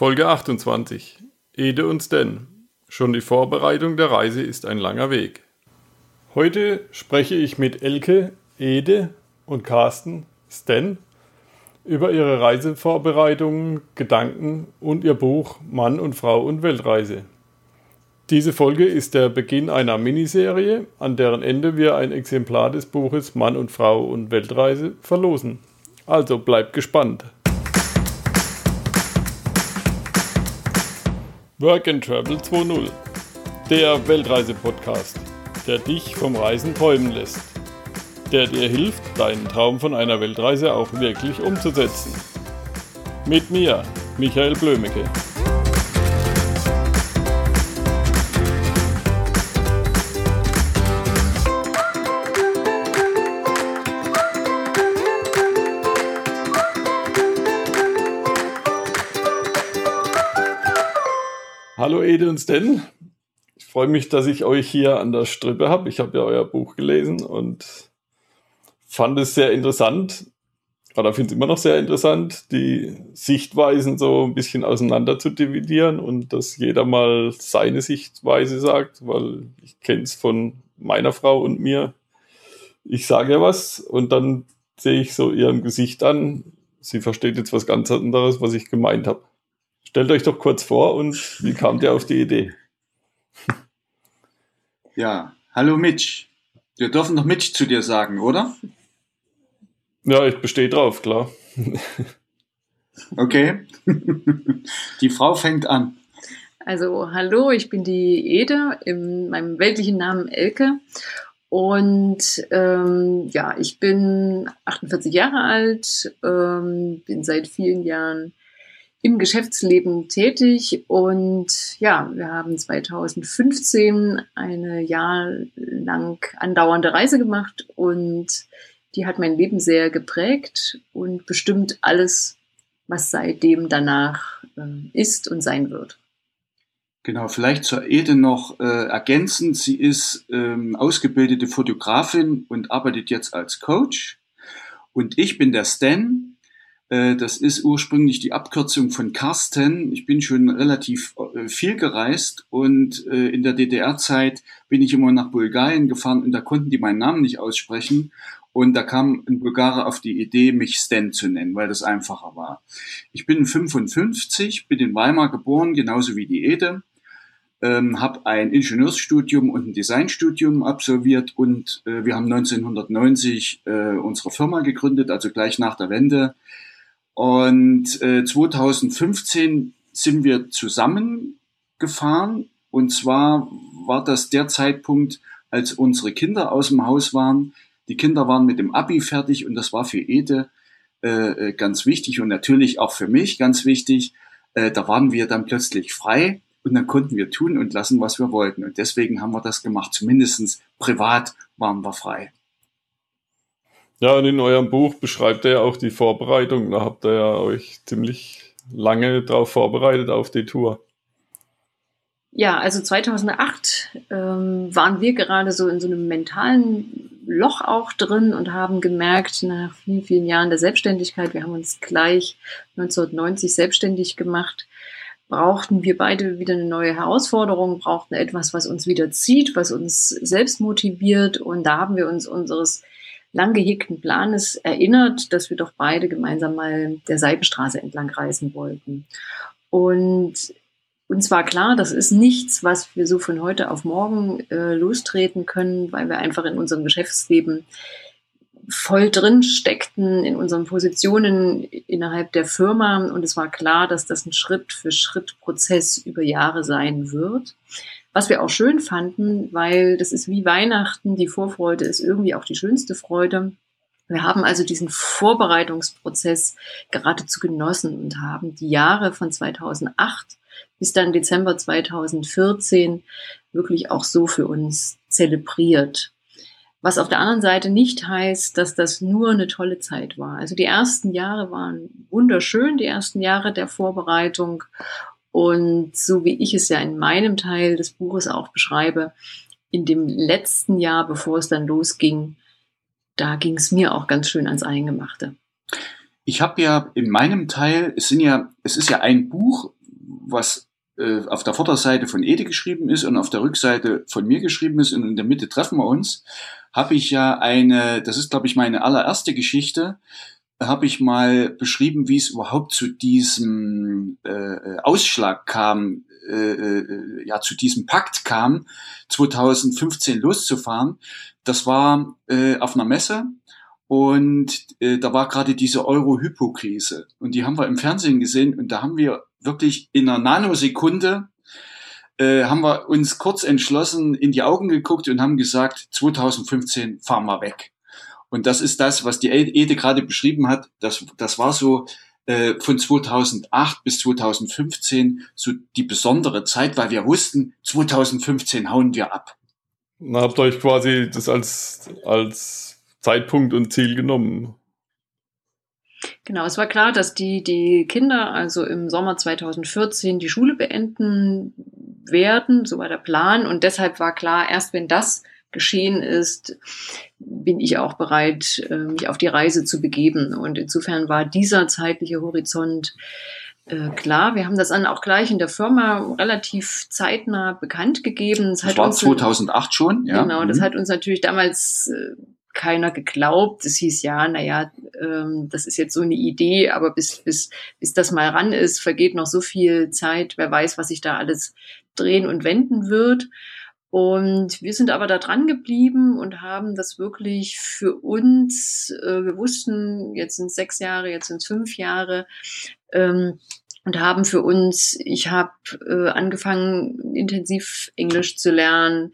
Folge 28. Ede und Stan. Schon die Vorbereitung der Reise ist ein langer Weg. Heute spreche ich mit Elke, Ede und Carsten, Stan, über ihre Reisevorbereitungen, Gedanken und ihr Buch Mann und Frau und Weltreise. Diese Folge ist der Beginn einer Miniserie, an deren Ende wir ein Exemplar des Buches Mann und Frau und Weltreise verlosen. Also bleibt gespannt. Work and Travel 2.0, der Weltreise-Podcast, der dich vom Reisen träumen lässt, der dir hilft, deinen Traum von einer Weltreise auch wirklich umzusetzen. Mit mir, Michael Blömecke. Hallo Ede und Stan, ich freue mich, dass ich euch hier an der Strippe habe. Ich habe ja euer Buch gelesen und fand es sehr interessant, oder finde es immer noch sehr interessant, die Sichtweisen so ein bisschen auseinander zu dividieren und dass jeder mal seine Sichtweise sagt, weil ich kenne es von meiner Frau und mir. Ich sage ja was und dann sehe ich so ihrem Gesicht an, sie versteht jetzt was ganz anderes, was ich gemeint habe. Stellt euch doch kurz vor und wie kamt ihr auf die Idee? Ja, hallo Mitch. Wir dürfen doch Mitch zu dir sagen, oder? Ja, ich bestehe drauf, klar. Okay. Die Frau fängt an. Also, hallo, ich bin die Ede, in meinem weltlichen Namen Elke. Und ich bin 48 Jahre alt, bin seit vielen Jahren im Geschäftsleben tätig und ja, wir haben 2015 eine jahrelang andauernde Reise gemacht und die hat mein Leben sehr geprägt und bestimmt alles, was seitdem danach ist und sein wird. Genau, vielleicht zur Ede noch ergänzend. Sie ist ausgebildete Fotografin und arbeitet jetzt als Coach. Und ich bin der Stan. Das ist ursprünglich die Abkürzung von Carsten. Ich bin schon relativ viel gereist und in der DDR-Zeit bin ich immer nach Bulgarien gefahren und da konnten die meinen Namen nicht aussprechen. Und da kam ein Bulgare auf die Idee, mich Stan zu nennen, weil das einfacher war. Ich bin 55, bin in Weimar geboren, genauso wie die Ede. Habe ein Ingenieursstudium und ein Designstudium absolviert und wir haben 1990 unsere Firma gegründet, also gleich nach der Wende. Und 2015 sind wir zusammengefahren und zwar war das der Zeitpunkt, als unsere Kinder aus dem Haus waren. Die Kinder waren mit dem Abi fertig und das war für Ede ganz wichtig und natürlich auch für mich ganz wichtig. Da waren wir dann plötzlich frei und dann konnten wir tun und lassen, was wir wollten. Und deswegen haben wir das gemacht. Zumindest privat waren wir frei. Ja, und in eurem Buch beschreibt ihr ja auch die Vorbereitung. Da habt ihr ja euch ziemlich lange drauf vorbereitet auf die Tour. Ja, also 2008 waren wir gerade so in so einem mentalen Loch auch drin und haben gemerkt, nach vielen, vielen Jahren der Selbstständigkeit, wir haben uns gleich 1990 selbstständig gemacht, brauchten wir beide wieder eine neue Herausforderung, brauchten etwas, was uns wieder zieht, was uns selbst motiviert. Und da haben wir uns unseres lang gehegten Planes erinnert, dass wir doch beide gemeinsam mal der Seidenstraße entlang reisen wollten. Und uns war klar, das ist nichts, was wir so von heute auf morgen lostreten können, weil wir einfach in unserem Geschäftsleben voll drin steckten, in unseren Positionen innerhalb der Firma. Und es war klar, dass das ein Schritt-für-Schritt-Prozess über Jahre sein wird. Was wir auch schön fanden, weil das ist wie Weihnachten, die Vorfreude ist irgendwie auch die schönste Freude. Wir haben also diesen Vorbereitungsprozess geradezu genossen und haben die Jahre von 2008 bis dann Dezember 2014 wirklich auch so für uns zelebriert. Was auf der anderen Seite nicht heißt, dass das nur eine tolle Zeit war. Also die ersten Jahre waren wunderschön, die ersten Jahre der Vorbereitung. Und so wie ich es ja in meinem Teil des Buches auch beschreibe, in dem letzten Jahr, bevor es dann losging, da ging es mir auch ganz schön ans Eingemachte. Ich habe ja in meinem Teil, es ist ja ein Buch, was auf der Vorderseite von Ede geschrieben ist und auf der Rückseite von mir geschrieben ist und in der Mitte treffen wir uns, habe ich ja das ist glaube ich meine allererste Geschichte, habe ich mal beschrieben, wie es überhaupt zu diesem Ausschlag kam, zu diesem Pakt kam, 2015 loszufahren. Das war auf einer Messe und da war gerade diese Euro-Hypo-Krise und die haben wir im Fernsehen gesehen und da haben wir wirklich in einer Nanosekunde haben wir uns kurz entschlossen in die Augen geguckt und haben gesagt, 2015 fahren wir weg. Und das ist das, was die Ede gerade beschrieben hat. Das war so von 2008 bis 2015 so die besondere Zeit, weil wir wussten, 2015 hauen wir ab. Dann habt ihr euch quasi das als Zeitpunkt und Ziel genommen. Genau, es war klar, dass die Kinder also im Sommer 2014 die Schule beenden werden, so war der Plan. Und deshalb war klar, erst wenn das geschehen ist, bin ich auch bereit, mich auf die Reise zu begeben. Und insofern war dieser zeitliche Horizont klar. Wir haben das dann auch gleich in der Firma relativ zeitnah bekannt gegeben. Das war 2008 schon, ja. Genau, das hat uns natürlich damals keiner geglaubt. Es hieß das ist jetzt so eine Idee, aber bis das mal ran ist, vergeht noch so viel Zeit. Wer weiß, was sich da alles drehen und wenden wird. Und wir sind aber da dran geblieben und haben das wirklich für uns, wir wussten, jetzt sind es 6 Jahre, jetzt sind es 5 Jahre, und haben für uns, ich habe angefangen, intensiv Englisch zu lernen,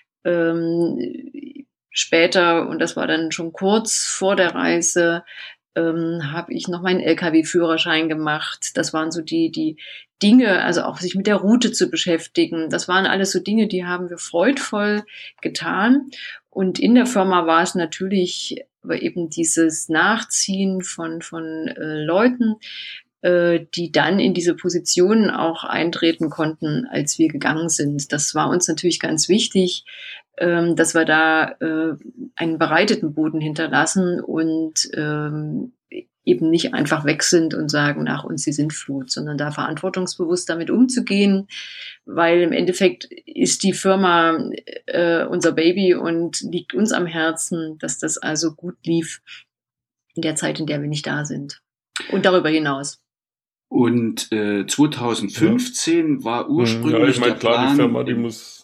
später, und das war dann schon kurz vor der Reise, habe ich noch meinen LKW-Führerschein gemacht. Das waren so die Dinge, also auch sich mit der Route zu beschäftigen. Das waren alles so Dinge, die haben wir freudvoll getan. Und in der Firma war es natürlich aber eben dieses Nachziehen von Leuten, die dann in diese Positionen auch eintreten konnten, als wir gegangen sind. Das war uns natürlich ganz wichtig, dass wir da einen bereiteten Boden hinterlassen und eben nicht einfach weg sind und sagen, nach uns die Sintflut, sondern da verantwortungsbewusst damit umzugehen, weil im Endeffekt ist die Firma unser Baby und liegt uns am Herzen, dass das also gut lief in der Zeit, in der wir nicht da sind und darüber hinaus. Und 2015 war ursprünglich der Plan. Die Firma, die muss.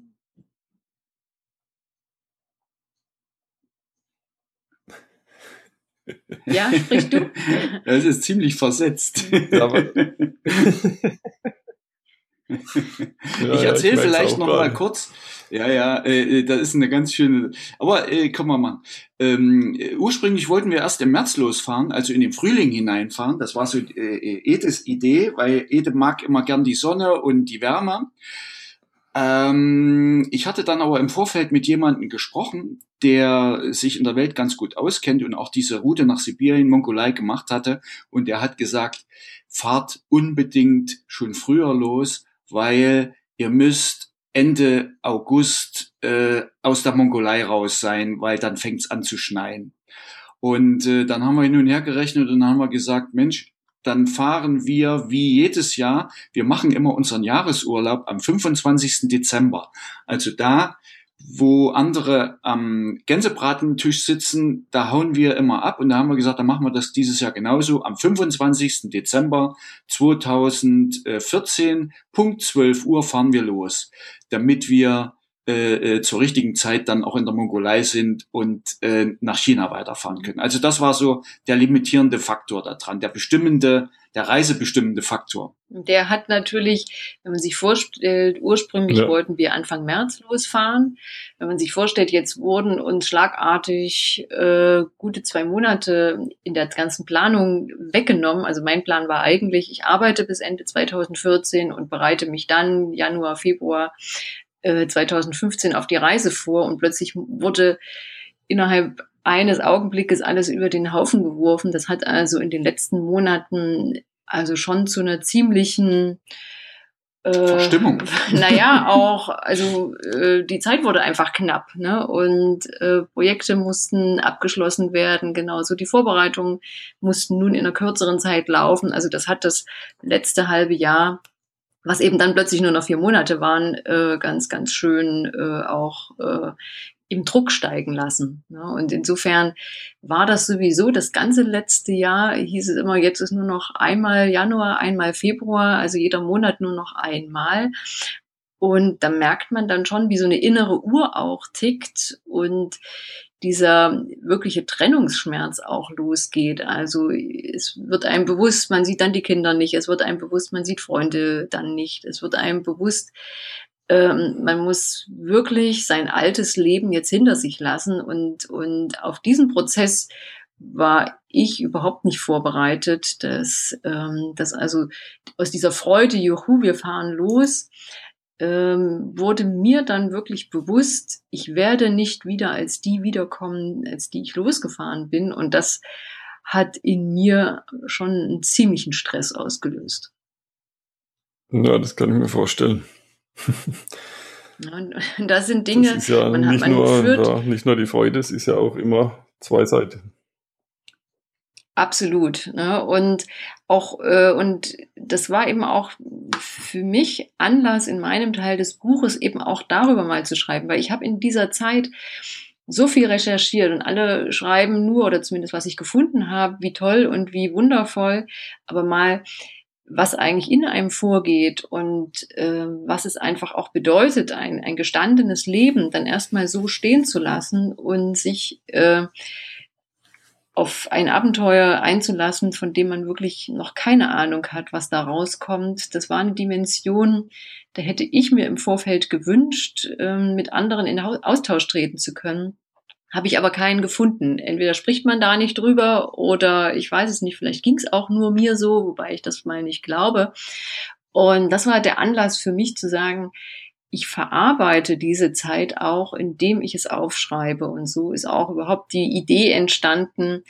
Ja, sprich du? Das ist ziemlich versetzt. Ich erzähle vielleicht noch mal kurz. Ja, das ist eine ganz schöne. Aber können wir mal. Ursprünglich wollten wir erst im März losfahren, also in den Frühling hineinfahren. Das war so Edes Idee, weil Ede mag immer gern die Sonne und die Wärme. Ich hatte dann aber im Vorfeld mit jemandem gesprochen, der sich in der Welt ganz gut auskennt und auch diese Route nach Sibirien, Mongolei gemacht hatte. Und der hat gesagt, fahrt unbedingt schon früher los, weil ihr müsst Ende August aus der Mongolei raus sein, weil dann fängt's an zu schneien. Und dann haben wir hin und her gerechnet und dann haben wir gesagt, Mensch, dann fahren wir wie jedes Jahr, wir machen immer unseren Jahresurlaub am 25. Dezember. Also da, wo andere am Gänsebratentisch sitzen, da hauen wir immer ab und da haben wir gesagt, dann machen wir das dieses Jahr genauso. Am 25. Dezember 2014, Punkt 12 Uhr fahren wir los, damit wir zur richtigen Zeit dann auch in der Mongolei sind und nach China weiterfahren können. Also das war so der limitierende Faktor daran, der reisebestimmende Faktor. Der hat natürlich, wenn man sich vorstellt, ursprünglich wollten wir Anfang März losfahren. Wenn man sich vorstellt, jetzt wurden uns schlagartig gute 2 Monate in der ganzen Planung weggenommen. Also mein Plan war eigentlich, ich arbeite bis Ende 2014 und bereite mich dann Januar, Februar 2015 auf die Reise vor und plötzlich wurde innerhalb eines Augenblickes alles über den Haufen geworfen. Das hat also in den letzten Monaten also schon zu einer ziemlichen Verstimmung. Die Zeit wurde einfach knapp, ne? Und Projekte mussten abgeschlossen werden, genauso die Vorbereitungen mussten nun in einer kürzeren Zeit laufen. Also das hat das letzte halbe Jahr was eben dann plötzlich nur noch 4 Monate waren, ganz, ganz schön auch im Druck steigen lassen. Ja, und insofern war das sowieso das ganze letzte Jahr, hieß es immer, jetzt ist nur noch einmal Januar, einmal Februar, also jeder Monat nur noch einmal. Und da merkt man dann schon, wie so eine innere Uhr auch tickt und dieser wirkliche Trennungsschmerz auch losgeht. Also es wird einem bewusst, man sieht dann die Kinder nicht, es wird einem bewusst, man sieht Freunde dann nicht, es wird einem bewusst, man muss wirklich sein altes Leben jetzt hinter sich lassen und auf diesen Prozess war ich überhaupt nicht vorbereitet, dass also aus dieser Freude, juhu, wir fahren los, wurde mir dann wirklich bewusst, ich werde nicht wieder als die wiederkommen, als die ich losgefahren bin. Und das hat in mir schon einen ziemlichen Stress ausgelöst. Ja, das kann ich mir vorstellen. Ja, und das sind Dinge, das ist ja nicht nur die Freude, es ist ja auch immer zwei Seiten. Absolut. Ne? Und auch, und das war eben auch für mich Anlass in meinem Teil des Buches eben auch darüber mal zu schreiben, weil ich habe in dieser Zeit so viel recherchiert und alle schreiben nur, oder zumindest was ich gefunden habe, wie toll und wie wundervoll, aber mal, was eigentlich in einem vorgeht und was es einfach auch bedeutet, ein gestandenes Leben dann erstmal so stehen zu lassen und sich auf ein Abenteuer einzulassen, von dem man wirklich noch keine Ahnung hat, was da rauskommt. Das war eine Dimension, da hätte ich mir im Vorfeld gewünscht, mit anderen in Austausch treten zu können. Habe ich aber keinen gefunden. Entweder spricht man da nicht drüber oder ich weiß es nicht, vielleicht ging es auch nur mir so, wobei ich das mal nicht glaube. Und das war der Anlass für mich zu sagen, ich verarbeite diese Zeit auch, indem ich es aufschreibe. Und so ist auch überhaupt die Idee entstanden,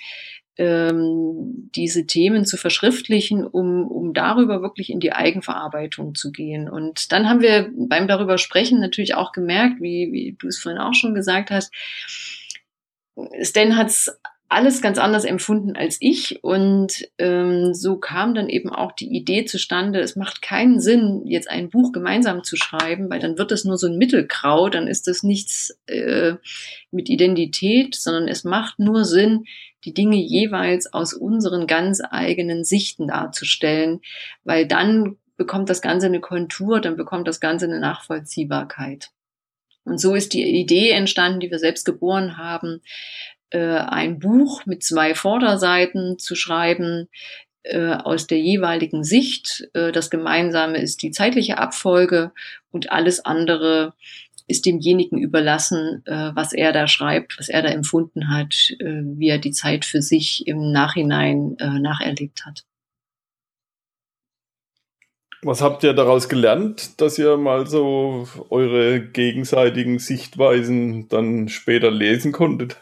diese Themen zu verschriftlichen, um darüber wirklich in die Eigenverarbeitung zu gehen. Und dann haben wir beim darüber sprechen natürlich auch gemerkt, wie du es vorhin auch schon gesagt hast, Stan hat es alles ganz anders empfunden als ich und so kam dann eben auch die Idee zustande, es macht keinen Sinn, jetzt ein Buch gemeinsam zu schreiben, weil dann wird es nur so ein Mittelgrau, dann ist das nichts mit Identität, sondern es macht nur Sinn, die Dinge jeweils aus unseren ganz eigenen Sichten darzustellen, weil dann bekommt das Ganze eine Kontur, dann bekommt das Ganze eine Nachvollziehbarkeit. Und so ist die Idee entstanden, die wir selbst geboren haben, ein Buch mit 2 Vorderseiten zu schreiben, aus der jeweiligen Sicht. Das Gemeinsame ist die zeitliche Abfolge und alles andere ist demjenigen überlassen, was er da schreibt, was er da empfunden hat, wie er die Zeit für sich im Nachhinein nacherlebt hat. Was habt ihr daraus gelernt, dass ihr mal so eure gegenseitigen Sichtweisen dann später lesen konntet?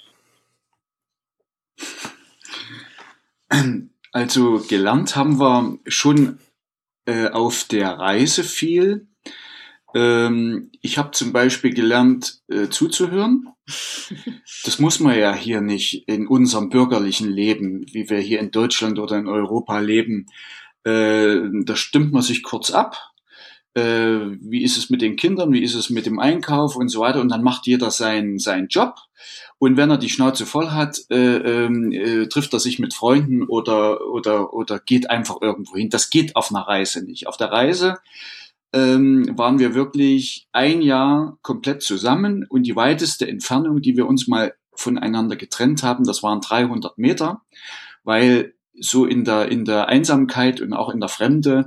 Also gelernt haben wir schon auf der Reise viel. Ich habe zum Beispiel gelernt, zuzuhören. Das muss man ja hier nicht in unserem bürgerlichen Leben, wie wir hier in Deutschland oder in Europa leben. Da stimmt man sich kurz ab. Wie ist es mit den Kindern, wie ist es mit dem Einkauf und so weiter. Und dann macht jeder seinen Job. Und wenn er die Schnauze voll hat, trifft er sich mit Freunden oder geht einfach irgendwo hin. Das geht auf einer Reise nicht. Auf der Reise waren wir wirklich 1 Jahr komplett zusammen und die weiteste Entfernung, die wir uns mal voneinander getrennt haben, das waren 300 Meter, weil so in der Einsamkeit und auch in der Fremde,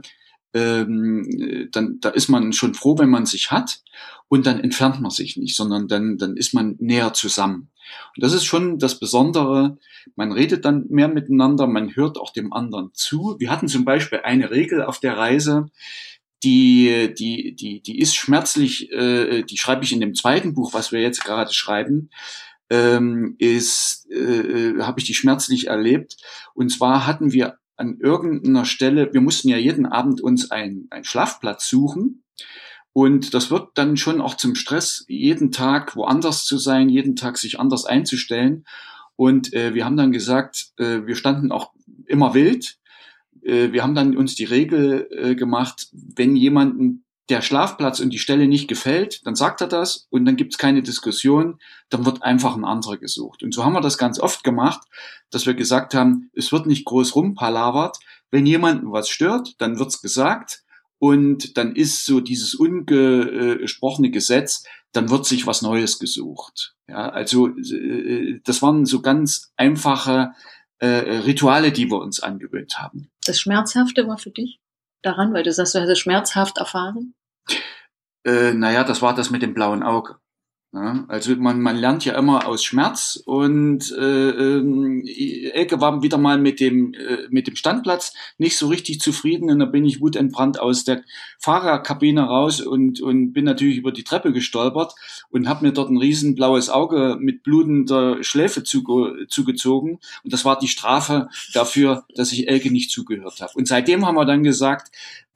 da ist man schon froh, wenn man sich hat und dann entfernt man sich nicht, sondern dann ist man näher zusammen. Und das ist schon das Besondere, man redet dann mehr miteinander, man hört auch dem anderen zu. Wir hatten zum Beispiel eine Regel auf der Reise, die ist schmerzlich, die schreibe ich in dem 2. Buch, was wir jetzt gerade schreiben, habe ich die schmerzlich erlebt. Und zwar hatten wir an irgendeiner Stelle, wir mussten ja jeden Abend uns einen Schlafplatz suchen. Und das wird dann schon auch zum Stress, jeden Tag woanders zu sein, jeden Tag sich anders einzustellen. Und wir haben dann gesagt, wir standen auch immer wild. wir haben dann uns die Regel gemacht, wenn jemanden der Schlafplatz und die Stelle nicht gefällt, dann sagt er das und dann gibt's keine Diskussion, dann wird einfach ein anderer gesucht. Und so haben wir das ganz oft gemacht, dass wir gesagt haben, es wird nicht groß rumpalavert. Wenn jemanden was stört, dann wird's gesagt und dann ist so dieses ungesprochene Gesetz, dann wird sich was Neues gesucht. Ja, also das waren so ganz einfache Rituale, die wir uns angewöhnt haben. Das Schmerzhafte war für dich daran, weil du sagst, du hast es schmerzhaft erfahren? Naja, das war das mit dem blauen Auge. Ja, also man lernt ja immer aus Schmerz und Elke war wieder mal mit dem Standplatz nicht so richtig zufrieden und da bin ich wutentbrannt aus der Fahrerkabine raus und bin natürlich über die Treppe gestolpert und habe mir dort ein riesen blaues Auge mit blutender Schläfe zugezogen und das war die Strafe dafür, dass ich Elke nicht zugehört habe. Und seitdem haben wir dann gesagt,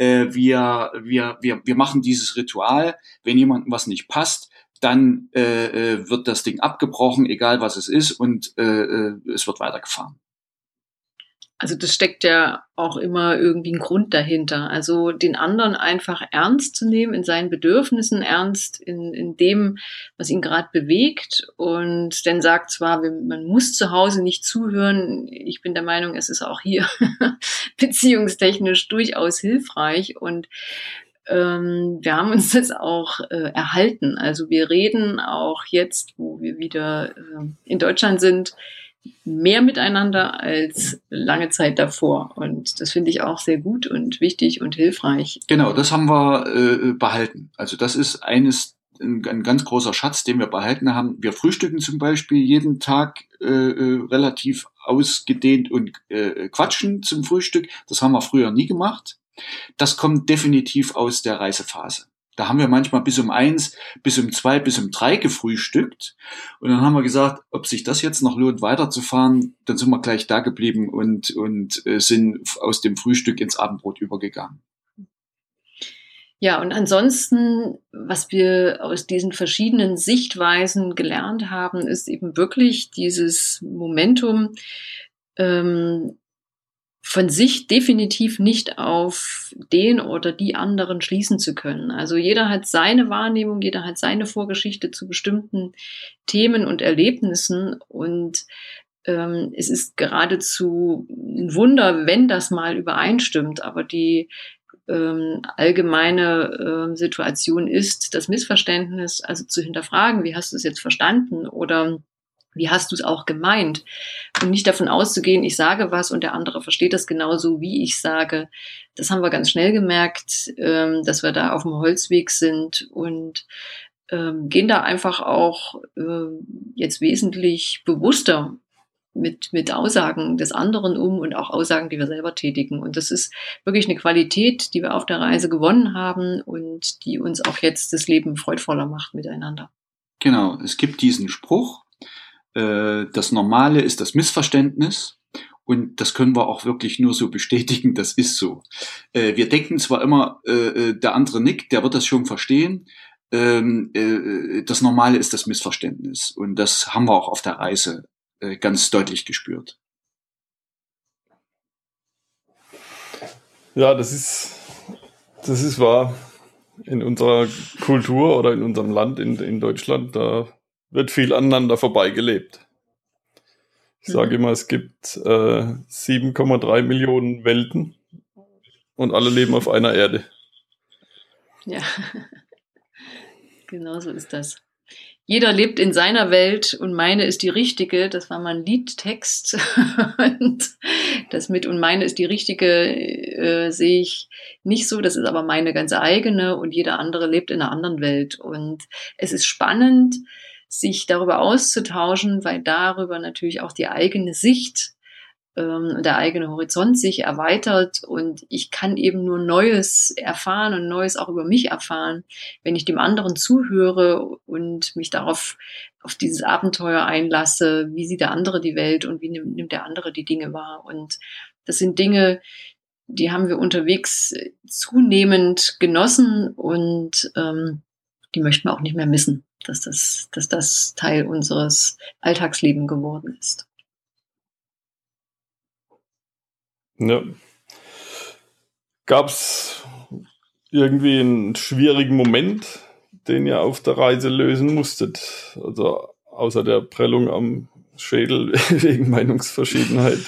wir machen dieses Ritual, wenn jemandem was nicht passt, dann wird das Ding abgebrochen, egal was es ist, und es wird weitergefahren. Also das steckt ja auch immer irgendwie ein Grund dahinter. Also den anderen einfach ernst zu nehmen, in seinen Bedürfnissen ernst, in dem, was ihn gerade bewegt. Und dann sagt zwar, man muss zu Hause nicht zuhören. Ich bin der Meinung, es ist auch hier beziehungstechnisch durchaus hilfreich. Und wir haben uns das auch erhalten. Also wir reden auch jetzt, wo wir wieder in Deutschland sind, mehr miteinander als lange Zeit davor. Und das finde ich auch sehr gut und wichtig und hilfreich. Genau, das haben wir behalten. Also das ist ein ganz großer Schatz, den wir behalten haben. Wir frühstücken zum Beispiel jeden Tag relativ ausgedehnt und quatschen zum Frühstück. Das haben wir früher nie gemacht. Das kommt definitiv aus der Reisephase. Da haben wir manchmal bis um 1, bis um 2, bis um 3 gefrühstückt. Und dann haben wir gesagt, ob sich das jetzt noch lohnt, weiterzufahren. Dann sind wir gleich da geblieben und sind aus dem Frühstück ins Abendbrot übergegangen. Ja, und ansonsten, was wir aus diesen verschiedenen Sichtweisen gelernt haben, ist eben wirklich dieses Momentum, von sich definitiv nicht auf den oder die anderen schließen zu können. Also jeder hat seine Wahrnehmung, jeder hat seine Vorgeschichte zu bestimmten Themen und Erlebnissen und es ist geradezu ein Wunder, wenn das mal übereinstimmt, aber die allgemeine Situation ist, das Missverständnis also zu hinterfragen, wie hast du es jetzt verstanden oder wie hast du es auch gemeint? Und nicht davon auszugehen, ich sage was und der andere versteht das genauso, wie ich sage. Das haben wir ganz schnell gemerkt, dass wir da auf dem Holzweg sind und gehen da einfach auch jetzt wesentlich bewusster mit Aussagen des anderen um und auch Aussagen, die wir selber tätigen. Und das ist wirklich eine Qualität, die wir auf der Reise gewonnen haben und die uns auch jetzt das Leben freudvoller macht miteinander. Genau, es gibt diesen Spruch, das Normale ist das Missverständnis und das können wir auch wirklich nur so bestätigen, das ist so. Wir denken zwar immer, der andere nickt, der wird das schon verstehen, das Normale ist das Missverständnis und das haben wir auch auf der Reise ganz deutlich gespürt. Ja, das ist wahr. In unserer Kultur oder in unserem Land, in Deutschland, da wird viel aneinander vorbeigelebt. Ich sage immer, es gibt 7,3 Millionen Welten und alle leben auf einer Erde. Ja, genau so ist das. Jeder lebt in seiner Welt und meine ist die richtige. Das war mal ein Liedtext. Und das mit und meine ist die richtige sehe ich nicht so. Das ist aber meine ganz eigene und jeder andere lebt in einer anderen Welt. Und es ist spannend, sich darüber auszutauschen, weil darüber natürlich auch die eigene Sicht der eigene Horizont sich erweitert und ich kann eben nur Neues erfahren und Neues auch über mich erfahren, wenn ich dem anderen zuhöre und mich darauf auf dieses Abenteuer einlasse, wie sieht der andere die Welt und wie nimmt der andere die Dinge wahr. Und das sind Dinge, die haben wir unterwegs zunehmend genossen und die möchten wir auch nicht mehr missen, dass das Teil unseres Alltagslebens geworden ist. Ja. Gab es irgendwie einen schwierigen Moment, den ihr auf der Reise lösen musstet? Also außer der Prellung am Schädel wegen Meinungsverschiedenheit.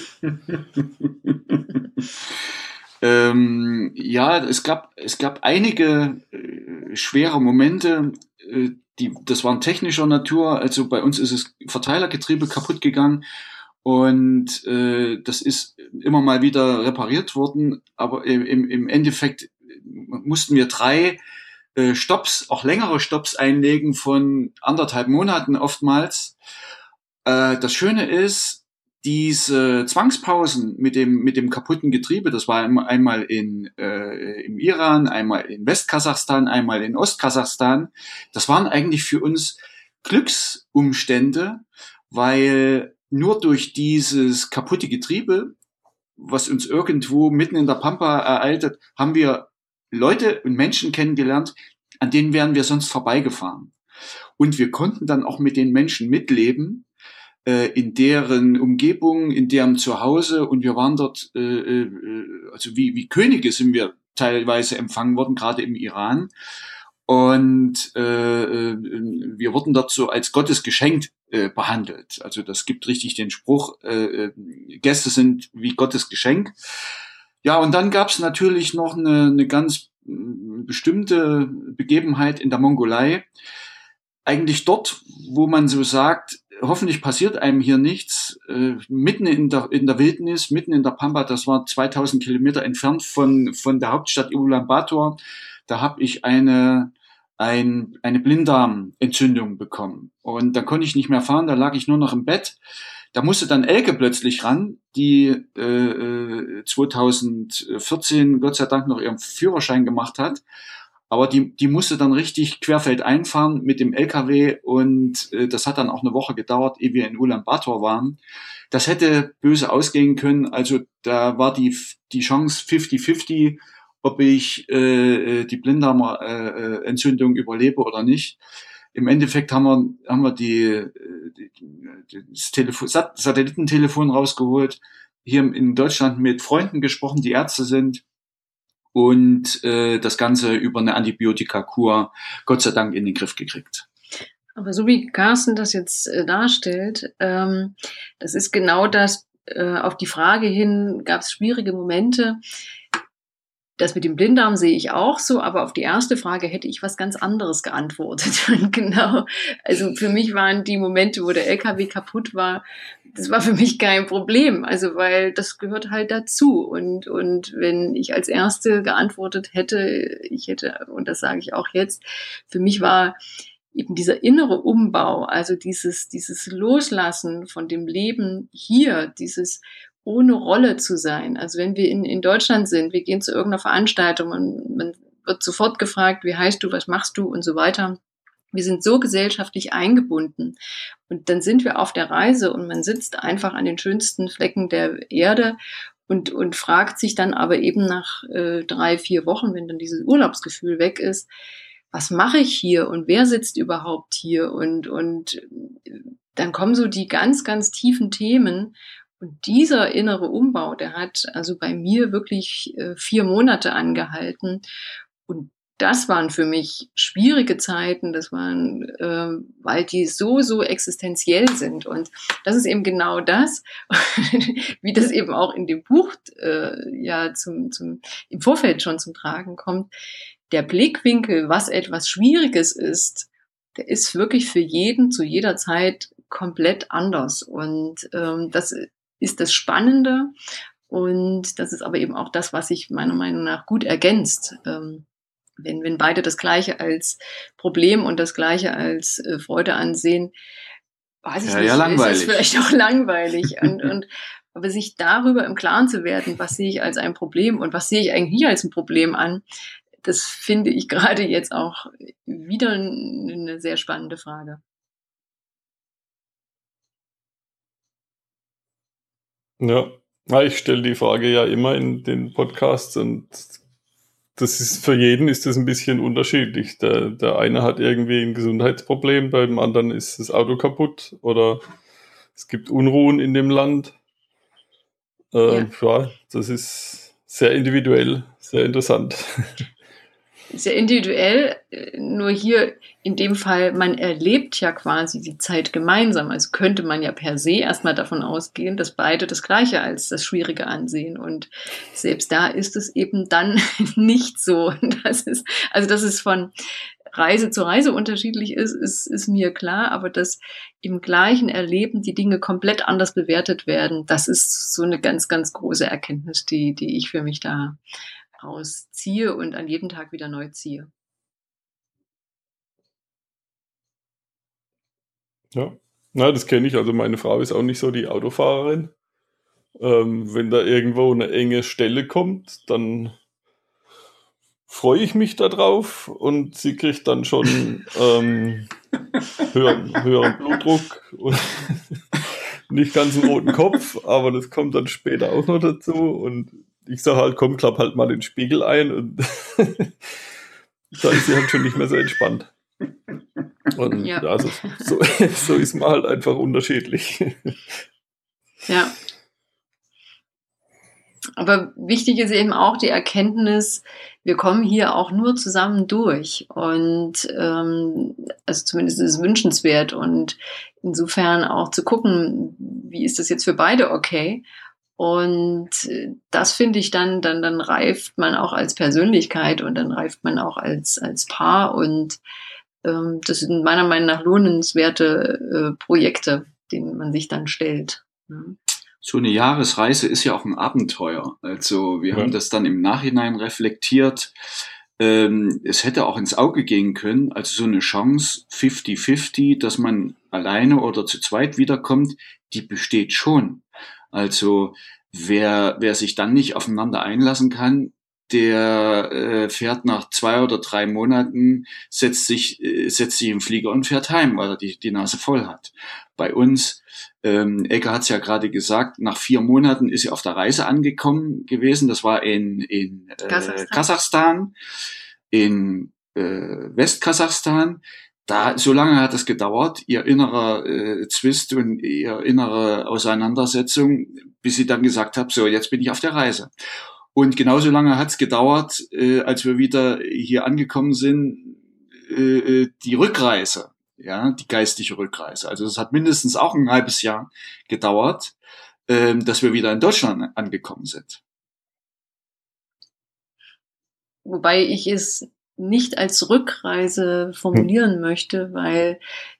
Ja, es gab einige schwere Momente, das waren technischer Natur. Also bei uns ist das Verteilergetriebe kaputt gegangen und das ist immer mal wieder repariert worden. Aber im Endeffekt mussten wir 3 Stopps, auch längere Stopps einlegen von 1,5 Monaten oftmals. Das Schöne ist, diese Zwangspausen mit dem kaputten Getriebe, das war einmal im Iran, einmal in Westkasachstan, einmal in Ostkasachstan, das waren eigentlich für uns Glücksumstände, weil nur durch dieses kaputte Getriebe, was uns irgendwo mitten in der Pampa ereilt hat, haben wir Leute und Menschen kennengelernt, an denen wären wir sonst vorbeigefahren. Und wir konnten dann auch mit den Menschen mitleben, in deren Umgebung, in deren Zuhause, und wir waren dort, also wie Könige sind wir teilweise empfangen worden, gerade im Iran. Und wir wurden dort so als Gottes Geschenk behandelt. Also das gibt richtig den Spruch, Gäste sind wie Gottes Geschenk. Ja, und dann gab es natürlich noch eine ganz bestimmte Begebenheit in der Mongolei. Eigentlich dort, wo man so sagt, hoffentlich passiert einem hier nichts, mitten in der Wildnis, mitten in der Pampa, das war 2000 Kilometer entfernt von der Hauptstadt Ulaanbaatar, da habe ich eine Blinddarmentzündung bekommen. Und da konnte ich nicht mehr fahren, da lag ich nur noch im Bett. Da musste dann Elke plötzlich ran, die 2014 Gott sei Dank noch ihren Führerschein gemacht hat. Aber die musste dann richtig querfeldein fahren mit dem LKW und das hat dann auch eine Woche gedauert, ehe wir in Ulaanbaatar waren. Das hätte böse ausgehen können. Also da war die Chance 50-50, ob ich die Blinddarmentzündung überlebe oder nicht. Im Endeffekt haben wir das Satellitentelefon rausgeholt, hier in Deutschland mit Freunden gesprochen, die Ärzte sind, und das Ganze über eine Antibiotikakur Gott sei Dank in den Griff gekriegt. Aber so wie Carsten das jetzt darstellt, das ist genau das, auf die Frage hin, gab es schwierige Momente. Das mit dem Blinddarm sehe ich auch so, aber auf die erste Frage hätte ich was ganz anderes geantwortet. Und genau, also für mich waren die Momente, wo der LKW kaputt war, das war für mich kein Problem. Also weil das gehört halt dazu. Und wenn ich als Erste geantwortet hätte, und das sage ich auch jetzt, für mich war eben dieser innere Umbau, also dieses Loslassen von dem Leben hier, dieses ohne Rolle zu sein. Also wenn wir in Deutschland sind, wir gehen zu irgendeiner Veranstaltung und man wird sofort gefragt, wie heißt du, was machst du und so weiter. Wir sind so gesellschaftlich eingebunden und dann sind wir auf der Reise und man sitzt einfach an den schönsten Flecken der Erde und fragt sich dann aber eben nach 3-4 Wochen, wenn dann dieses Urlaubsgefühl weg ist, was mache ich hier und wer sitzt überhaupt hier? Und dann kommen so die ganz, ganz tiefen Themen. Und dieser innere Umbau, der hat also bei mir wirklich 4 Monate angehalten. Und das waren für mich schwierige Zeiten. Das waren, weil die so existenziell sind. Und das ist eben genau das, wie das eben auch in dem Buch ja im Vorfeld schon zum Tragen kommt. Der Blickwinkel, was etwas Schwieriges ist, der ist wirklich für jeden zu jeder Zeit komplett anders. Und das ist das Spannende und das ist aber eben auch das, was sich meiner Meinung nach gut ergänzt. Wenn beide das Gleiche als Problem und das Gleiche als Freude ansehen, weiß ich nicht, ist es vielleicht auch langweilig. Aber sich darüber im Klaren zu werden, was sehe ich als ein Problem und was sehe ich eigentlich als ein Problem an, das finde ich gerade jetzt auch wieder eine sehr spannende Frage. Ja, ich stelle die Frage ja immer in den Podcasts und das ist für jeden ist das ein bisschen unterschiedlich. Der eine hat irgendwie ein Gesundheitsproblem, beim anderen ist das Auto kaputt oder es gibt Unruhen in dem Land. Ja, das ist sehr individuell, Sehr interessant. Sehr individuell, nur hier in dem Fall, man erlebt ja quasi die Zeit gemeinsam. Also könnte man ja per se erstmal davon ausgehen, dass beide das Gleiche als das Schwierige ansehen. Und selbst da ist es eben dann nicht so. Dass es von Reise zu Reise unterschiedlich ist mir klar, aber dass im gleichen Erleben die Dinge komplett anders bewertet werden, das ist so eine ganz, ganz große Erkenntnis, die ich für mich da rausziehe und an jedem Tag wieder neu ziehe. Ja, na, das kenne ich. Also meine Frau ist auch nicht so die Autofahrerin. Wenn da irgendwo eine enge Stelle kommt, dann freue ich mich da drauf und sie kriegt dann schon höheren Blutdruck und nicht ganz einen roten Kopf, aber das kommt dann später auch noch dazu und ich sage halt, komm, klapp halt mal den Spiegel ein und da ist sie halt schon nicht mehr so entspannt. Und ja, also so ist man halt einfach unterschiedlich. Ja. Aber wichtig ist eben auch die Erkenntnis, wir kommen hier auch nur zusammen durch. Und also zumindest ist es wünschenswert. Und insofern auch zu gucken, wie ist das jetzt für beide okay? Und das finde ich dann reift man auch als Persönlichkeit und dann reift man auch als Paar. Und das sind meiner Meinung nach lohnenswerte Projekte, denen man sich dann stellt. Ne? So eine Jahresreise ist ja auch ein Abenteuer. Also wir haben das dann im Nachhinein reflektiert. Es hätte auch ins Auge gehen können, also so eine Chance 50-50, dass man alleine oder zu zweit wiederkommt, die besteht schon. Also wer sich dann nicht aufeinander einlassen kann, der fährt nach 2 oder 3 Monaten, setzt sich im Flieger und fährt heim, weil er die Nase voll hat. Bei uns, Elke hat es ja gerade gesagt, nach 4 Monaten ist sie auf der Reise angekommen gewesen. Das war in Kasachstan, in Westkasachstan. So lange hat es gedauert, ihr innerer Zwist und ihr innere Auseinandersetzung, bis sie dann gesagt hat, so, jetzt bin ich auf der Reise. Und genauso lange hat es gedauert, als wir wieder hier angekommen sind, die Rückreise, ja, die geistige Rückreise. Also es hat mindestens auch ein halbes Jahr gedauert, dass wir wieder in Deutschland angekommen sind. Wobei ich es nicht als Rückreise formulieren möchte, weil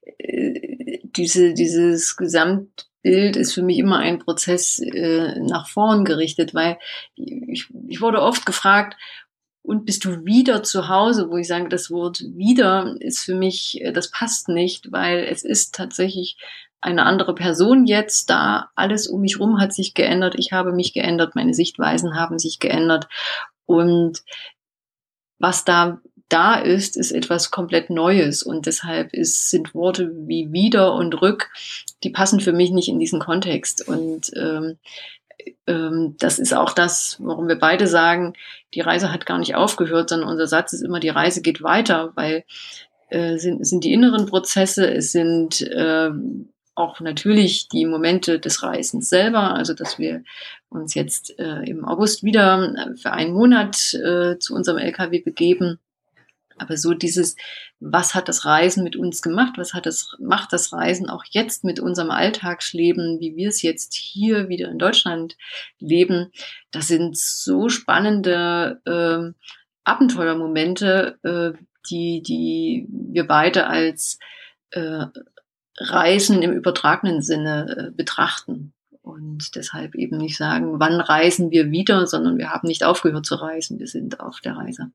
dieses Gesamtbild ist für mich immer ein Prozess nach vorn gerichtet, weil ich wurde oft gefragt, und bist du wieder zu Hause, wo ich sage, das Wort wieder ist für mich, das passt nicht, weil es ist tatsächlich eine andere Person jetzt da, alles um mich rum hat sich geändert, ich habe mich geändert, meine Sichtweisen haben sich geändert und was da ist etwas komplett Neues und deshalb sind Worte wie wieder und rück, die passen für mich nicht in diesen Kontext und das ist auch das, warum wir beide sagen, die Reise hat gar nicht aufgehört, sondern unser Satz ist immer, die Reise geht weiter, weil sind die inneren Prozesse, es sind auch natürlich die Momente des Reisens selber, also dass wir uns jetzt im August wieder für 1 Monat zu unserem LKW begeben. Aber so was hat das Reisen mit uns gemacht? Macht das Reisen auch jetzt mit unserem Alltagsleben, wie wir es jetzt hier wieder in Deutschland leben? Das sind so spannende Abenteuermomente, die wir beide als Reisen im übertragenen Sinne betrachten. Und deshalb eben nicht sagen, wann reisen wir wieder, sondern wir haben nicht aufgehört zu reisen, wir sind auf der Reise.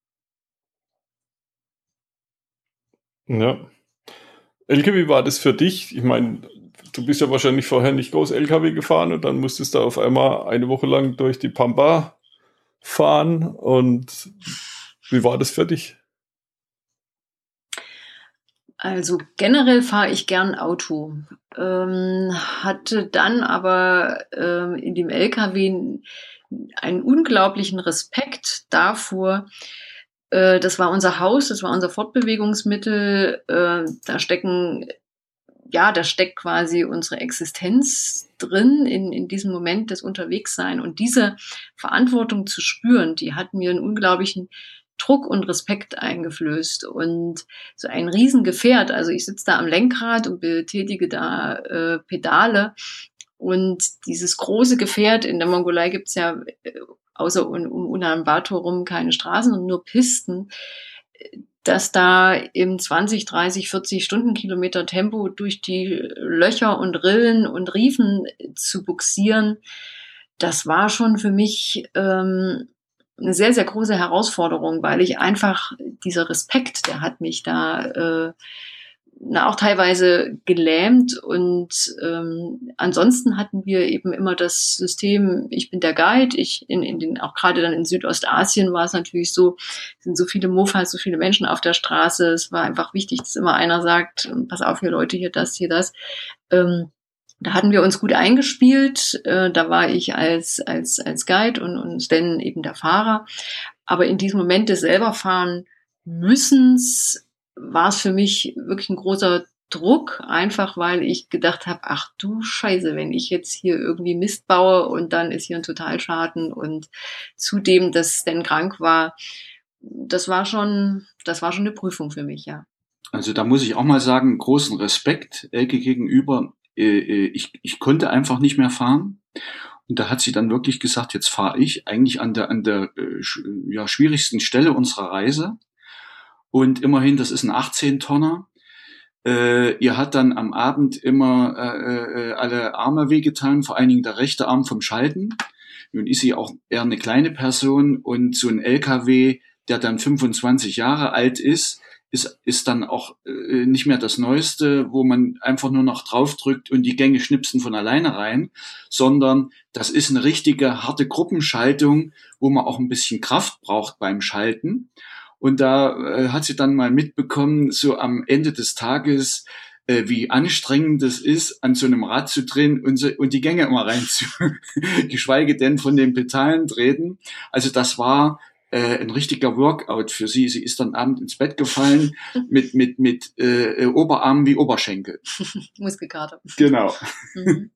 Ja. Elke, wie war das für dich? Ich meine, du bist ja wahrscheinlich vorher nicht groß LKW gefahren und dann musstest du auf einmal 1 Woche lang durch die Pampa fahren. Und wie war das für dich? Also generell fahre ich gern Auto. Hatte dann aber in dem LKW einen unglaublichen Respekt davor. Das war unser Haus, das war unser Fortbewegungsmittel. Da stecken ja, da steckt quasi unsere Existenz drin in diesem Moment des Unterwegssein. Und diese Verantwortung zu spüren, die hat mir einen unglaublichen Druck und Respekt eingeflößt. Und so ein Riesengefährt, also ich sitze da am Lenkrad und betätige da Pedale. Und dieses große Gefährt, in der Mongolei gibt's ja außer um Ulaanbaatar rum keine Straßen und nur Pisten, dass da im 20, 30, 40 Stundenkilometer Tempo durch die Löcher und Rillen und Riefen zu buxieren, das war schon für mich eine sehr, sehr große Herausforderung, weil ich einfach, dieser Respekt, der hat mich da auch teilweise gelähmt. Und ansonsten hatten wir eben immer das System, ich bin der Guide, auch gerade dann in Südostasien war es natürlich so, sind so viele Mofas, so viele Menschen auf der Straße, es war einfach wichtig, dass immer einer sagt, pass auf hier Leute, hier das, hier das. Da hatten wir uns gut eingespielt, da war ich als Guide und Stan eben der Fahrer, aber in diesem Moment des selberfahren Müssens war es für mich wirklich ein großer Druck, einfach weil ich gedacht habe, ach du Scheiße, wenn ich jetzt hier irgendwie Mist baue und dann ist hier ein Totalschaden und zudem, dass Stan krank war, das war schon eine Prüfung für mich, ja. Also da muss ich auch mal sagen, großen Respekt Elke gegenüber. Ich konnte einfach nicht mehr fahren. Und da hat sie dann wirklich gesagt, jetzt fahre ich eigentlich an der schwierigsten Stelle unserer Reise. Und immerhin, das ist ein 18-Tonner. Ihr hat dann am Abend immer alle Arme wehgetan, vor allen Dingen der rechte Arm vom Schalten. Nun ist sie auch eher eine kleine Person und so ein LKW, der dann 25 Jahre alt ist dann auch nicht mehr das Neueste, wo man einfach nur noch draufdrückt und die Gänge schnipsen von alleine rein, sondern das ist eine richtige harte Gruppenschaltung, wo man auch ein bisschen Kraft braucht beim Schalten. Und da hat sie dann mal mitbekommen, so am Ende des Tages, wie anstrengend es ist, an so einem Rad zu drehen und die Gänge immer rein zu, geschweige denn von den Pedalen treten. Also das war ein richtiger Workout für sie. Sie ist dann abends ins Bett gefallen mit Oberarmen wie Oberschenkel. Muskelkater. Genau. Mhm.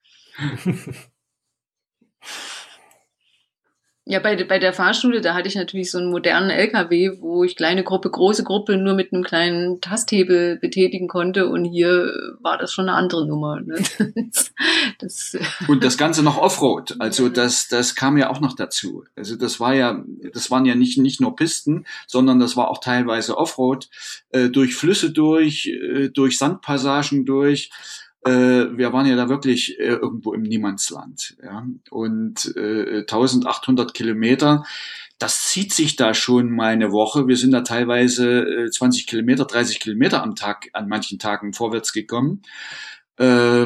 Ja, bei der Fahrschule, da hatte ich natürlich so einen modernen LKW, wo ich kleine Gruppe, große Gruppe nur mit einem kleinen Tasthebel betätigen konnte. Und hier war das schon eine andere Nummer. Ne? Und das Ganze noch Offroad. Also das kam ja auch noch dazu. Also das waren ja nicht nur Pisten, sondern das war auch teilweise Offroad, durch Flüsse durch Sandpassagen durch. Wir waren ja da wirklich irgendwo im Niemandsland, ja. Und 1800 Kilometer, das zieht sich da schon mal eine Woche. Wir sind da teilweise 20 Kilometer, 30 Kilometer am Tag, an manchen Tagen vorwärts gekommen. Da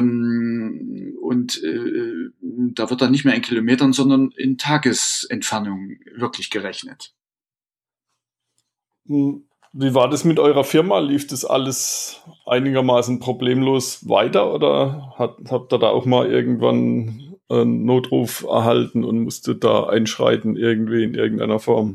wird dann nicht mehr in Kilometern, sondern in Tagesentfernung wirklich gerechnet. Wie war das mit eurer Firma? Lief das alles einigermaßen problemlos weiter oder habt ihr da auch mal irgendwann einen Notruf erhalten und musstet da einschreiten irgendwie in irgendeiner Form?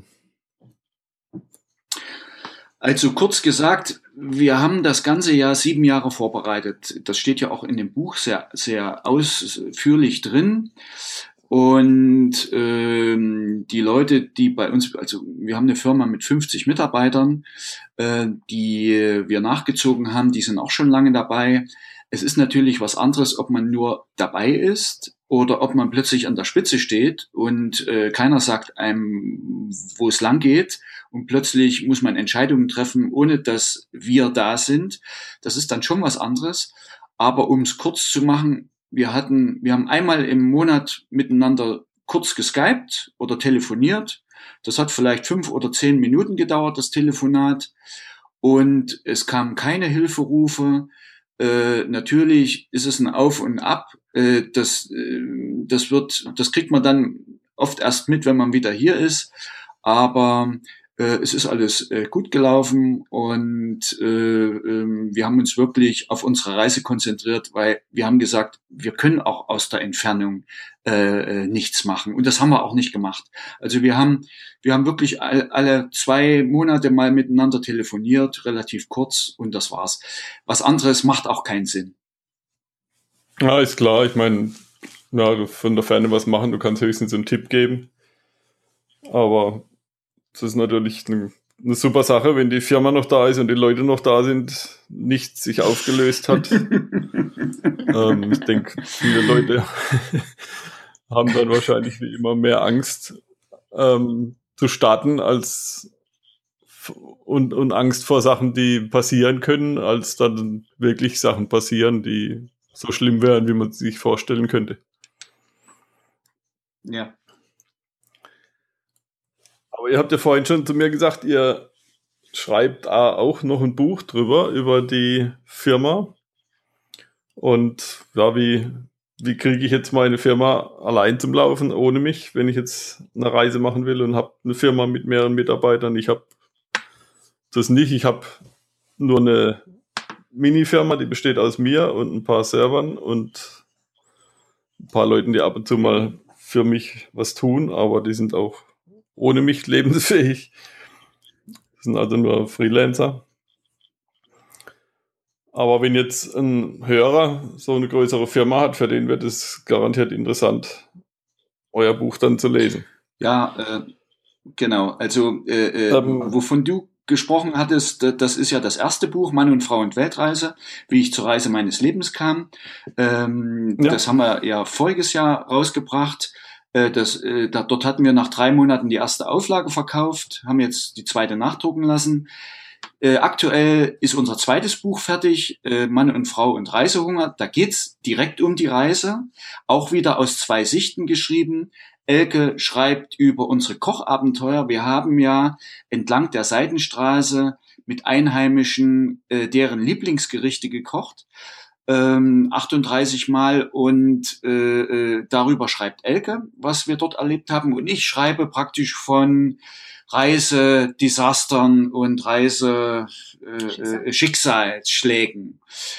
Also kurz gesagt, wir haben das ganze Jahr 7 Jahre vorbereitet. Das steht ja auch in dem Buch sehr, sehr ausführlich drin. Und die Leute, die bei uns, also wir haben eine Firma mit 50 Mitarbeitern, die wir nachgezogen haben, die sind auch schon lange dabei. Es ist natürlich was anderes, ob man nur dabei ist oder ob man plötzlich an der Spitze steht und keiner sagt einem, wo es lang geht und plötzlich muss man Entscheidungen treffen, ohne dass wir da sind. Das ist dann schon was anderes. Aber um es kurz zu machen, wir haben einmal im Monat miteinander kurz geskypt oder telefoniert. Das hat vielleicht 5 oder 10 Minuten gedauert, das Telefonat. Und es kamen keine Hilferufe. Natürlich ist es ein Auf und Ab. Das kriegt man dann oft erst mit, wenn man wieder hier ist. Aber Es ist alles gut gelaufen und wir haben uns wirklich auf unsere Reise konzentriert, weil wir haben gesagt, wir können auch aus der Entfernung nichts machen. Und das haben wir auch nicht gemacht. Also wir haben wirklich alle 2 Monate mal miteinander telefoniert, relativ kurz, und das war's. Was anderes macht auch keinen Sinn. Ja, ist klar. Ich meine, ja, von der Ferne was machen, du kannst höchstens einen Tipp geben. Aber das ist natürlich eine super Sache, wenn die Firma noch da ist und die Leute noch da sind, nichts sich aufgelöst hat. Ich denke, viele Leute haben dann wahrscheinlich wie immer mehr Angst zu starten und Angst vor Sachen, die passieren können, als dann wirklich Sachen passieren, die so schlimm wären, wie man sich vorstellen könnte. Ja. Aber ihr habt ja vorhin schon zu mir gesagt, ihr schreibt auch noch ein Buch drüber, über die Firma. Und ja, wie kriege ich jetzt meine Firma allein zum Laufen, ohne mich, wenn ich jetzt eine Reise machen will und habe eine Firma mit mehreren Mitarbeitern? Ich habe das nicht. Ich habe nur eine Mini-Firma, die besteht aus mir und ein paar Servern und ein paar Leuten, die ab und zu mal für mich was tun, aber die sind auch ohne mich lebensfähig. Das sind also nur Freelancer. Aber wenn jetzt ein Hörer so eine größere Firma hat, für den wird es garantiert interessant, euer Buch dann zu lesen. Ja, genau. Also wovon du gesprochen hattest, das ist ja das erste Buch, Mann und Frau und Weltreise, wie ich zur Reise meines Lebens kam. Ja. Das haben wir ja voriges Jahr rausgebracht. Dort hatten wir nach 3 Monaten die erste Auflage verkauft, haben jetzt die zweite nachdrucken lassen. Aktuell ist unser zweites Buch fertig, Mann und Frau und Reisehunger. Da geht's direkt um die Reise, auch wieder aus 2 Sichten geschrieben. Elke schreibt über unsere Kochabenteuer. Wir haben ja entlang der Seidenstraße mit Einheimischen deren Lieblingsgerichte gekocht, 38 Mal, und darüber schreibt Elke, was wir dort erlebt haben. Und ich schreibe praktisch von Reisedesastern und Schicksalsschlägen,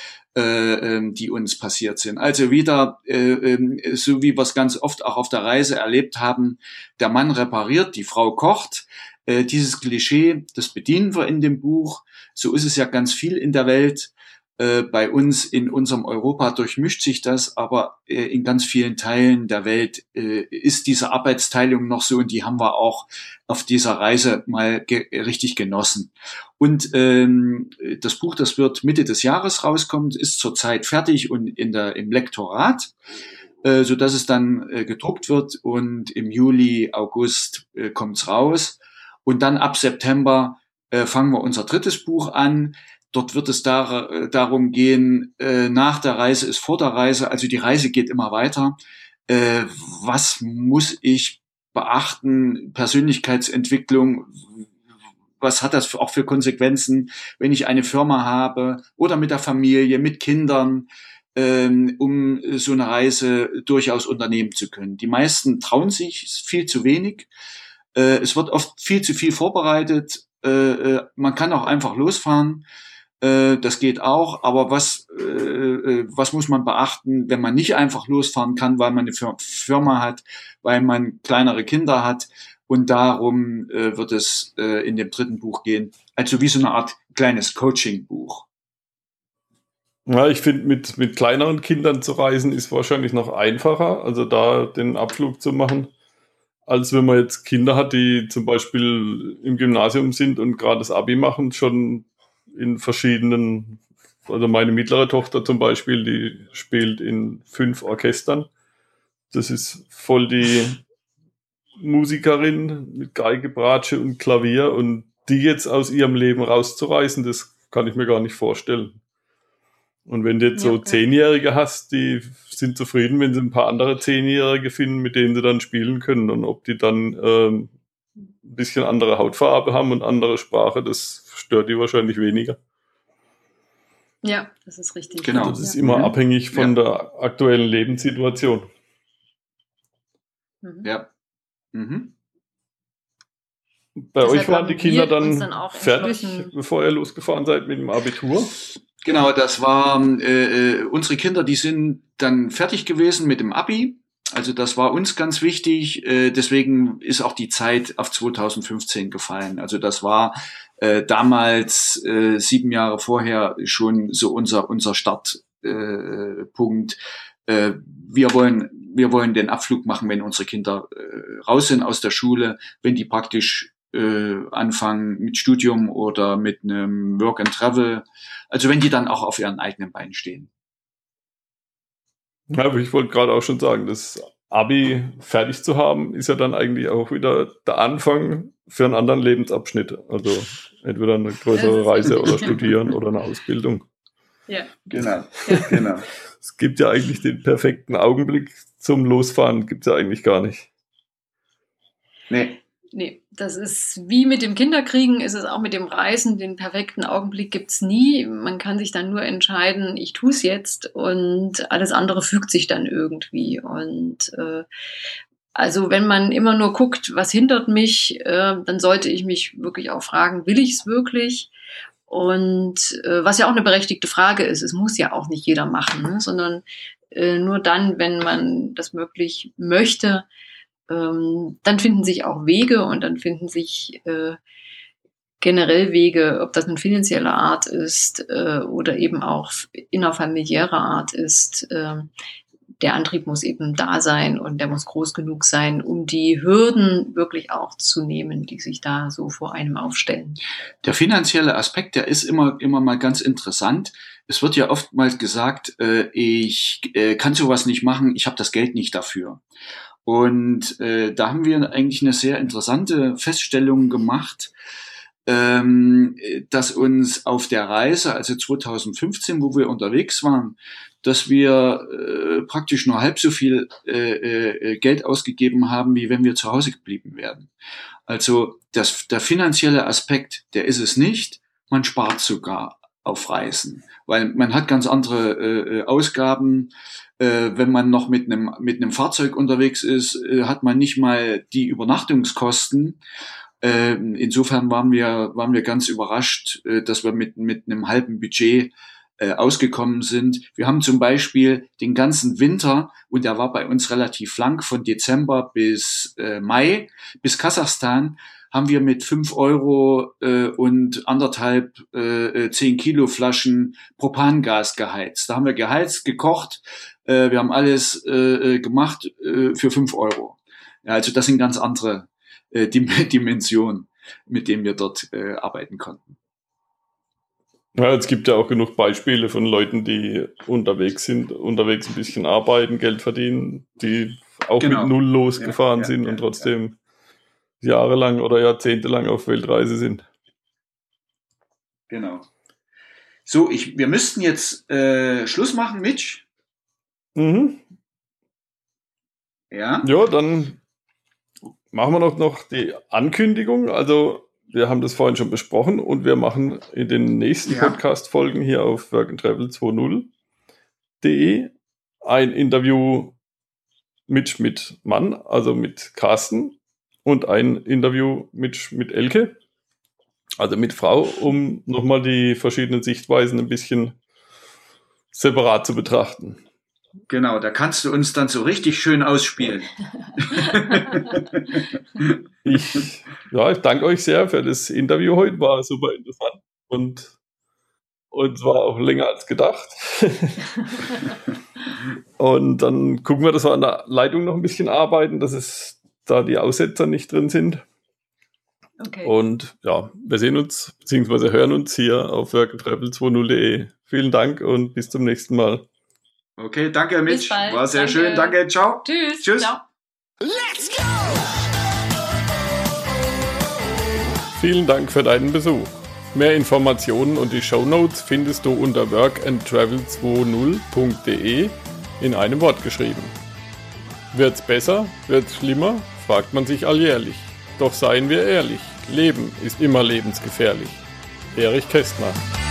die uns passiert sind. Also wieder, so wie wir es ganz oft auch auf der Reise erlebt haben, der Mann repariert, die Frau kocht. Dieses Klischee, das bedienen wir in dem Buch. So ist es ja ganz viel in der Welt. Bei uns in unserem Europa durchmischt sich das, aber in ganz vielen Teilen der Welt ist diese Arbeitsteilung noch so, und die haben wir auch auf dieser Reise mal richtig genossen. Und das Buch, das wird Mitte des Jahres rauskommen, ist zurzeit fertig und im Lektorat, so dass es dann gedruckt wird, und im Juli, August kommt's raus, und dann ab September fangen wir unser drittes Buch an. Dort wird es darum gehen, nach der Reise ist vor der Reise, also die Reise geht immer weiter. Was muss ich beachten? Persönlichkeitsentwicklung, was hat das auch für Konsequenzen, wenn ich eine Firma habe oder mit der Familie, mit Kindern, um so eine Reise durchaus unternehmen zu können? Die meisten trauen sich viel zu wenig. Es wird oft viel zu viel vorbereitet. Man kann auch einfach losfahren. Das geht auch, aber was muss man beachten, wenn man nicht einfach losfahren kann, weil man eine Firma hat, weil man kleinere Kinder hat? Und darum wird es in dem dritten Buch gehen. Also wie so eine Art kleines Coaching-Buch. Ja, ich finde, mit kleineren Kindern zu reisen ist wahrscheinlich noch einfacher, also da den Abflug zu machen, als wenn man jetzt Kinder hat, die zum Beispiel im Gymnasium sind und gerade das Abi machen, schon in verschiedenen, also meine mittlere Tochter zum Beispiel, die spielt in 5 Orchestern. Das ist voll die Musikerin mit Geige, Bratsche und Klavier, und die jetzt aus ihrem Leben rauszureißen, das kann ich mir gar nicht vorstellen. Und wenn du jetzt so 10-Jährige hast, die sind zufrieden, wenn sie ein paar andere 10-Jährige finden, mit denen sie dann spielen können. Und ob die dann ein bisschen andere Hautfarbe haben und andere Sprache, das stört die wahrscheinlich weniger. Ja, das ist richtig. Genau. Das ist immer abhängig von der aktuellen Lebenssituation. Ja. Mhm. Bei euch waren die Kinder dann fertig, bevor ihr losgefahren seid mit dem Abitur? Genau, das war unsere Kinder, die sind dann fertig gewesen mit dem Abi. Also das war uns ganz wichtig. Deswegen ist auch die Zeit auf 2015 gefallen. Also das war damals 7 Jahre vorher schon so unser Startpunkt. Wir wollen den Abflug machen, wenn unsere Kinder raus sind aus der Schule, wenn die praktisch anfangen mit Studium oder mit einem Work and Travel. Also wenn die dann auch auf ihren eigenen Beinen stehen. Ja, aber ich wollte gerade auch schon sagen, das Abi fertig zu haben, ist ja dann eigentlich auch wieder der Anfang für einen anderen Lebensabschnitt. Also entweder eine größere Reise oder studieren oder eine Ausbildung. Ja, genau. Genau. Es gibt ja eigentlich den perfekten Augenblick zum Losfahren, gibt es ja eigentlich gar nicht. Nee, das ist wie mit dem Kinderkriegen, ist es auch mit dem Reisen, den perfekten Augenblick gibt's nie. Man kann sich dann nur entscheiden, ich tue es jetzt und alles andere fügt sich dann irgendwie. Und also wenn man immer nur guckt, was hindert mich, dann sollte ich mich wirklich auch fragen, will ich es wirklich? Und was ja auch eine berechtigte Frage ist, es muss ja auch nicht jeder machen, ne? Sondern nur dann, wenn man das wirklich möchte, dann finden sich auch Wege und dann finden sich generell Wege, ob das eine finanzielle Art ist oder eben auch innerfamiliäre Art ist. Der Antrieb muss eben da sein und der muss groß genug sein, um die Hürden wirklich auch zu nehmen, die sich da so vor einem aufstellen. Der finanzielle Aspekt, der ist immer mal ganz interessant. Es wird ja oftmals gesagt, ich kann sowas nicht machen, ich habe das Geld nicht dafür. Und da haben wir eigentlich eine sehr interessante Feststellung gemacht, dass uns auf der Reise, also 2015, wo wir unterwegs waren, dass wir praktisch nur halb so viel Geld ausgegeben haben, wie wenn wir zu Hause geblieben wären. Also der finanzielle Aspekt, der ist es nicht. Man spart sogar auf Reisen, weil man hat ganz andere Ausgaben. Wenn man noch mit einem Fahrzeug unterwegs ist, hat man nicht mal die Übernachtungskosten. Insofern waren wir ganz überrascht, dass wir mit einem halben Budget ausgekommen sind. Wir haben zum Beispiel den ganzen Winter, und der war bei uns relativ lang, von Dezember bis Mai, bis Kasachstan, haben wir mit 5 € und 1,5 10 Kilo Flaschen Propangas geheizt. Da haben wir geheizt, gekocht, wir haben alles gemacht für 5 €. Ja, also das sind ganz andere Dimensionen, mit denen wir dort arbeiten konnten. Ja, es gibt ja auch genug Beispiele von Leuten, die unterwegs ein bisschen arbeiten, Geld verdienen, die auch mit Null losgefahren sind und trotzdem jahrelang oder jahrzehntelang auf Weltreise sind. Genau. So, wir müssten jetzt Schluss machen, Mitch. Mhm. Ja, dann machen wir noch die Ankündigung. Also wir haben das vorhin schon besprochen und wir machen in den nächsten Podcast-Folgen hier auf workandtravel20.de ein Interview mit Schmidt-Mann, also mit Carsten, und ein Interview mit Elke, also mit Frau, um nochmal die verschiedenen Sichtweisen ein bisschen separat zu betrachten. Genau, da kannst du uns dann so richtig schön ausspielen. Ich danke euch sehr für das Interview heute, war super interessant und war auch länger als gedacht. Und dann gucken wir, dass wir an der Leitung noch ein bisschen arbeiten, dass es da die Aussetzer nicht drin sind. Okay. Und wir sehen uns bzw. hören uns hier auf workandtravel20.de. Vielen Dank und bis zum nächsten Mal. Okay, danke Mitch, war sehr schön, danke, ciao. Tschüss. Ciao. Let's go! Vielen Dank für deinen Besuch. Mehr Informationen und die Shownotes findest du unter workandtravel20.de in einem Wort geschrieben. Wird's besser? Wird's schlimmer? Fragt man sich alljährlich. Doch seien wir ehrlich, Leben ist immer lebensgefährlich. Erich Kästner.